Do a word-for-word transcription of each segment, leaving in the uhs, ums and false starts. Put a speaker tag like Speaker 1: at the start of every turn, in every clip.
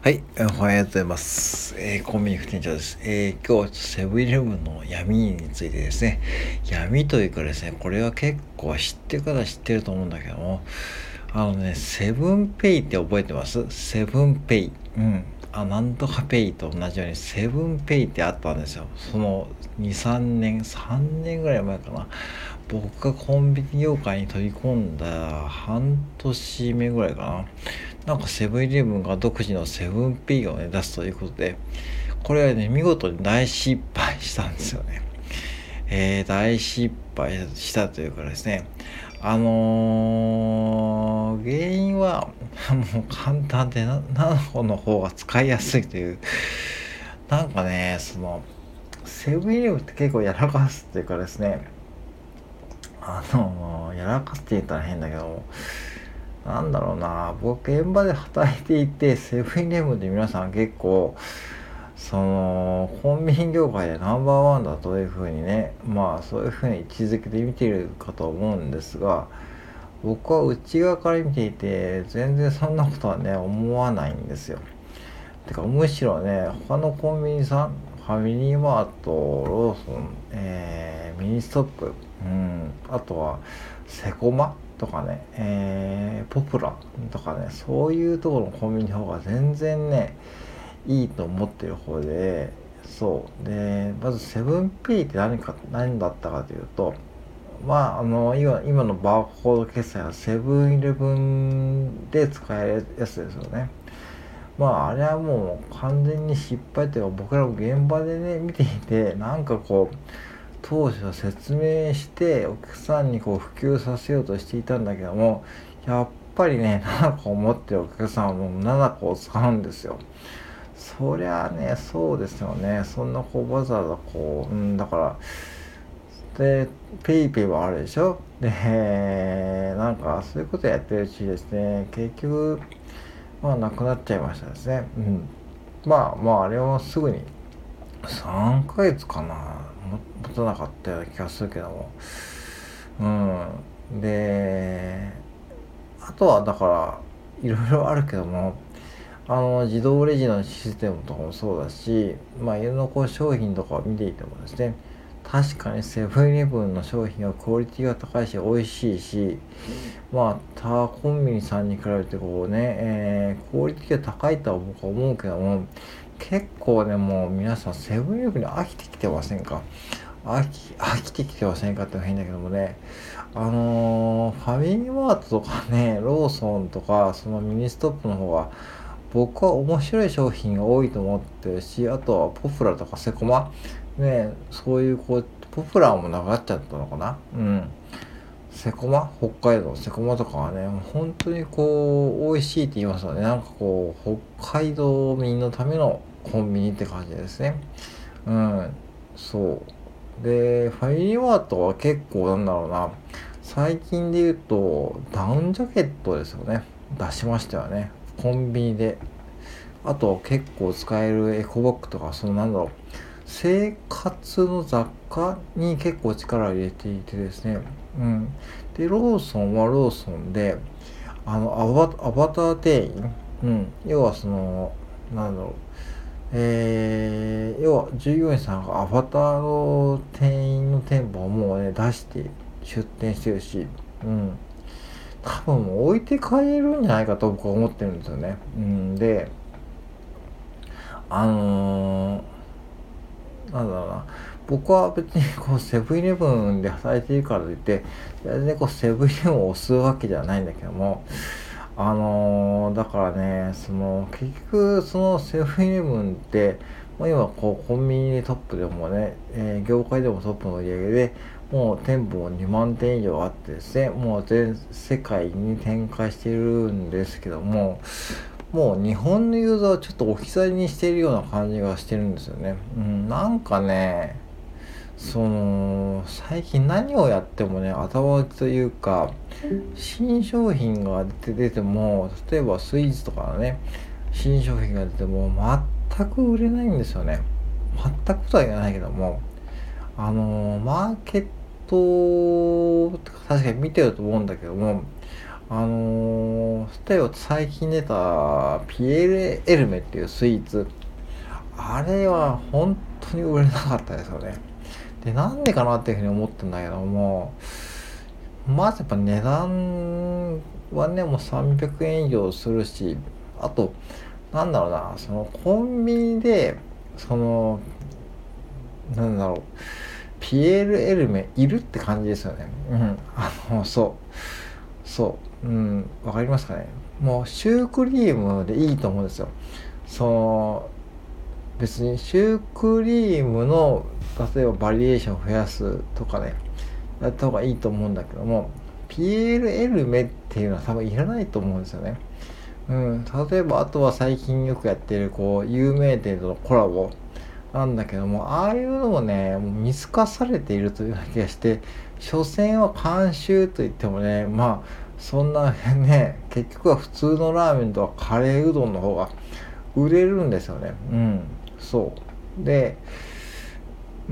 Speaker 1: はい、おはようございます。えー、コンビニ副店長です。えー、今日はちょっとセブンイレブンの闇についてですね、闇というかですね、これは結構知ってる方は知ってると思うんだけども、あのね、セブンペイって覚えてます？セブンペイ。うん。あ、なんとかペイと同じようにセブンペイってあったんですよ。そのに、さんねん、さんねんぐらい前かな。僕がコンビニ業界に取り込んだ半年目ぐらいかな。なんかセブンイレブンが独自のセブンペイをね出すということで、これはね見事に大失敗したんですよね。えー、大失敗したというかですね、あのー、原因はもう簡単でなななほの方が使いやすいという、なんかね、そのセブンイレブンって結構やらかすっていうかですね、あのー、やらかすって言ったら変だけど、なんだろうな、僕現場で働いていて、セブンイレブンで皆さん結構、その、コンビニ業界でナンバーワンだというふうにね、まあそういうふうに位置づけて見ているかと思うんですが、僕は内側から見ていて、全然そんなことはね、思わないんですよ。てか、むしろね、他のコンビニさん、ファミリーマート、ローソン、えー、ミニストップ、うん、あとは、セコマとかね、えー、ポプラとかね、そういうところのコンビニの方が全然ね、いいと思ってる方で、そう。で、まずセブンペイって何か、何だったかというと、まあ、あの、今、今のバーコード決済はセブンイレブンで使えるやつですよね。まあ、あれはもう完全に失敗というか、僕らも現場でね、見ていて、なんかこう、当初説明してお客さんにこう普及させようとしていたんだけども、やっぱりね、ななこを持ってるお客さんはもうななこを使うんですよ。そりゃあね、そうですよね。そんなこうわざわざこう、うん、だから、で、ペイペイはあるでしょ。で、なんかそういうことやってるうちですね、結局、まあなくなっちゃいましたですね。うん。まあまあ、あれはすぐにさんかげつかな、も持たなかったような気がするけども。うん。で、あとはだから、いろいろあるけども、あの、自動レジのシステムとかもそうだし、まあ、いろんなこう商品とかを見ていてもですね、確かにセブンイレブンの商品はクオリティが高いし、美味しいし、まあ、他コンビニさんに比べてこうね、えー、クオリティが高いとは僕は思うけども、結構ね、もう皆さんセブンイレブンに飽きてきてませんか？飽き、飽きてきてませんかって変だけどもね、あのー、ファミリーマートとかね、ローソンとか、そのミニストップの方が、僕は面白い商品が多いと思ってるし、あとはポプラとかセコマ、ね、そういうこう、ポプラもなくなっちゃったのかな、うん。セコマ北海道のセコマとかはね、もう本当にこう、美味しいって言いますよね。なんかこう、北海道民のためのコンビニって感じですね。うん、そう。で、ファミリーマートは結構なんだろうな、最近で言うと、ダウンジャケットですよね。出しましたよね。コンビニで。あと結構使えるエコバッグとか、そのなんだろう、生活の雑貨に結構力を入れていてですね。うん。で、ローソンはローソンで、あの、アバ、アバター店員、うん。要はその、なんだろう、えー、要は従業員さんがアバターの店員の店舗をもうね、出して出店してるし、うん。多分もう置いて帰れるんじゃないかと僕は思ってるんですよね。うん。で、あのー、なんだろうな。僕は別にこうセブンイレブンで働いているからといって、全然こうセブンイレブンを押すわけじゃないんだけども、あのー、だからね、その、結局、そのセブンイレブンって、もう今こうコンビニトップでもね、えー業界でもトップの売り上げで、もう店舗もにまん店以上あってですね、もう全世界に展開しているんですけども、もう日本のユーザーをちょっと置き去りにしているような感じがしてるんですよね。うん、なんかね、その、最近何をやってもね、頭打ちというか、新商品が出て出ても、例えばスイーツとかね、新商品が出ても全く売れないんですよね。全くとは言わないけども、あのーマーケット、確かに見てると思うんだけども、 あのー、例えば最近出たピエール・エルメっていうスイーツ、あれは本当に売れなかったですよね。で、なんでかなっていうふうに思ったんだけども、まずやっぱ値段はね、もうさんびゃくえん以上するし、あと、なんだろうな、そのコンビニで、その、なんだろう、ピエール・エルメいるって感じですよね。うん。あの、そう。そう。うん。わかりますかね。もうシュークリームでいいと思うんですよ。その、別にシュークリームの、例えばバリエーションを増やすとかね、やった方がいいと思うんだけども、ピエール・エルメっていうのは多分いらないと思うんですよね。うん。例えば、あとは最近よくやってる、こう、有名店とのコラボ。なんだけども、ああいうのもね、もう見透かされているというような気がして、所詮は監修といってもね、まあ、そんなね、結局は普通のラーメンとかカレーうどんの方が売れるんですよね。うん、そう。で、うん、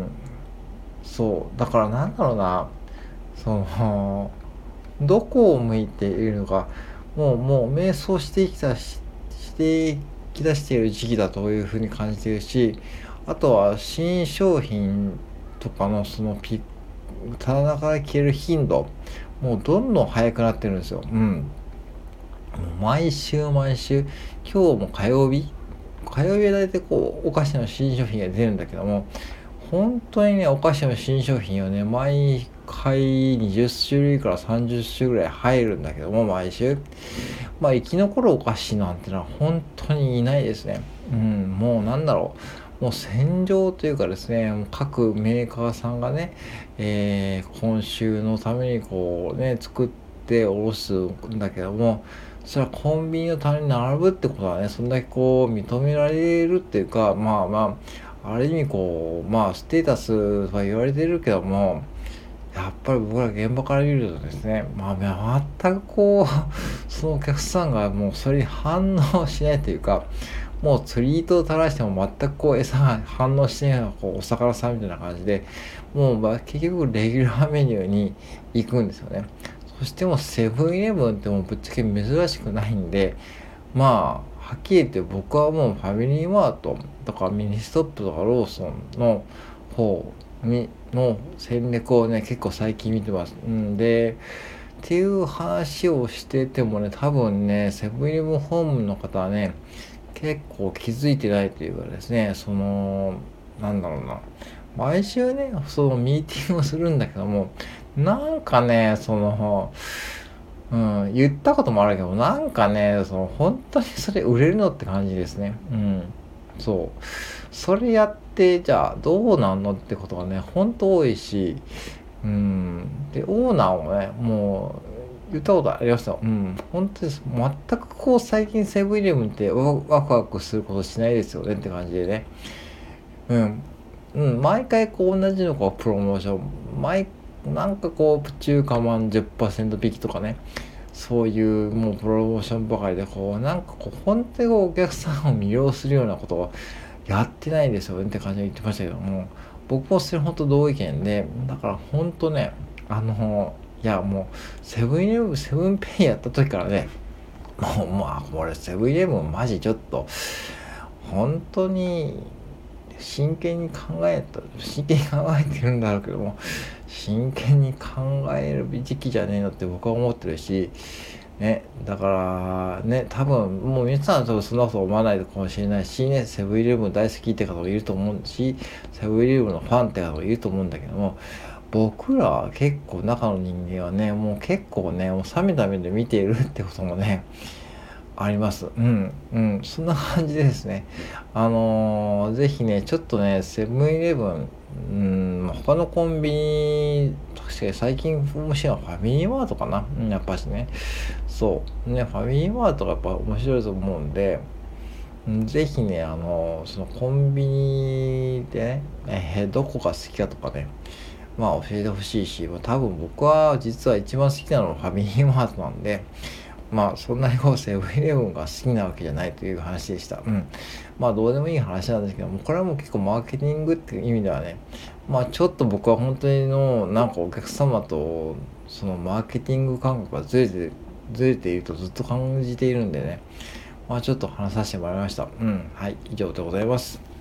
Speaker 1: そう。だからなんだろうな、その、どこを向いているのか、もう、もう、迷走してきたし、してきだしている時期だというふうに感じているし、あとは新商品とかのそのピ棚から消える頻度、もうどんどん早くなってるんですよ。うん。もう毎週毎週、今日も火曜日火曜日は大体こう、お菓子の新商品が出るんだけども、本当にね、お菓子の新商品をね、毎回にじゅっ種類からさんじゅっ種ぐらい入るんだけども、毎週。まあ、生き残るお菓子なんてのは本当にいないですね。うん、もうなんだろう。もう戦場というかですね、もう各メーカーさんがね、えー、今週のためにこうね、作っておろすんだけども、それはコンビニの棚に並ぶってことはね、そんだけこう認められるっていうか、まあまあ、ある意味こう、まあステータスは言われてるけども、やっぱり僕ら現場から見るとですね、まあ全くこう、そのお客さんがもうそれに反応しないというか、もう釣り糸を垂らしても全くこう餌が反応してないのがこうお魚さんみたいな感じで、もうまあ結局レギュラーメニューに行くんですよね。そしてもうセブンイレブンってもうぶっちゃけ珍しくないんで、まあ、はっきり言って僕はもうファミリーマートとかミニストップとかローソンの方にの戦略をね、結構最近見てます。うんで、っていう話をしててもね、多分ね、セブンイレブンホームの方はね、結構気づいてないというかですね、その、なんだろうな。毎週ね、そのミーティングをするんだけども、なんかね、その、うん、言ったこともあるけど、なんかね、その、本当にそれ売れるのって感じですね。うん。そう。それやって、じゃあ、どうなんのってことがね、本当多いし、うん。で、オーナーもね、もう、言ったことありましたよ。うん。本当です。全くこう、最近セブンイレブンってワワクワクすることしないですよねって感じでね。うん。うん。毎回こう、同じのこう、プロモーション。毎、なんかこう、中華まんじゅっパーセント引きとかね。そういうもうプロモーションばかりで、こう、なんかこう、本当にこうお客さんを魅了するようなことをやってないですよねって感じで言ってましたけども、僕もそれ本当同意見で、だから本当ね、あの、いやもう、セブンイレブン、セブンペイやった時からね、もう、まあ、これセブンイレブンマジちょっと、本当に、真剣に考えた、真剣に考えてるんだろうけども、真剣に考える時期じゃねえのって僕は思ってるし、ね、だからね、多分もう皆さんは多分そんなこと思わないかもしれないしね、セブンイレブン大好きって方もいると思うし、セブンイレブンのファンって方もいると思うんだけども、僕らは結構中の人間はね、もう結構ね、もう冷めた目で見ているってこともね、あります。うん、うん、そんな感じでですね。あのー、ぜひね、ちょっとね、セブンイレブン、うん、他のコンビニ、確かに最近面白いのはファミリーマートかな。うん、やっぱしね。そう。ね、ファミリーマートがやっぱ面白いと思うんで、うん、ぜひね、あのー、そのコンビニでね、えーどこが好きかとかね、まあ教えてほしいし、まあ多分僕は実は一番好きなのはファミリーマートなんで、まあそんなにこうセブンイレブンが好きなわけじゃないという話でした。うん。まあどうでもいい話なんですけども、これはもう結構マーケティングっていう意味ではね、まあちょっと僕は本当にの、なんかお客様とそのマーケティング感覚がずれてずれているとずっと感じているんでね、まあちょっと話させてもらいました。うん、はい、以上でございます。